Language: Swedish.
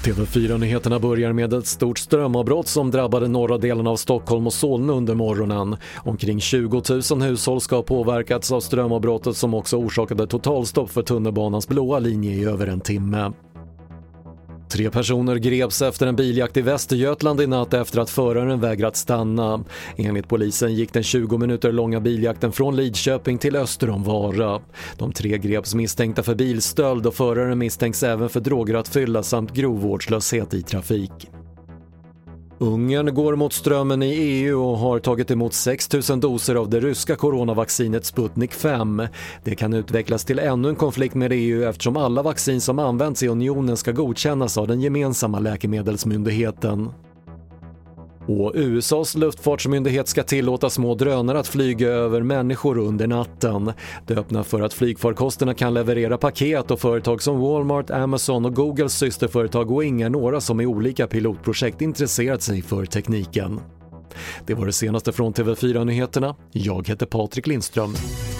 TV4-nyheterna börjar med ett stort strömavbrott som drabbade norra delen av Stockholm och Solna under morgonen. Omkring 20 000 hushåll ska ha påverkats av strömavbrottet som också orsakade totalstopp för tunnelbanans blåa linje i över en timme. 3 personer greps efter en biljakt i Västergötland i natt efter att föraren vägrat stanna. Enligt polisen gick den 20 minuter långa biljakten från Lidköping till öster om Vara. De 3 greps misstänkta för bilstöld och föraren misstänks även för drograttfylla samt grov vårdslöshet i trafik. Ungern går mot strömmen i EU och har tagit emot 6 000 doser av det ryska coronavaccinet Sputnik 5. Det kan utvecklas till ännu en konflikt med EU eftersom alla vaccin som används i unionen ska godkännas av den gemensamma läkemedelsmyndigheten. Och USAs luftfartsmyndighet ska tillåta små drönare att flyga över människor under natten. Det öppnar för att flygfarkosterna kan leverera paket och företag som Walmart, Amazon och Googles systerföretag Wing är några som i olika pilotprojekt intresserat sig för tekniken. Det var det senaste från TV4-nyheterna. Jag heter Patrik Lindström.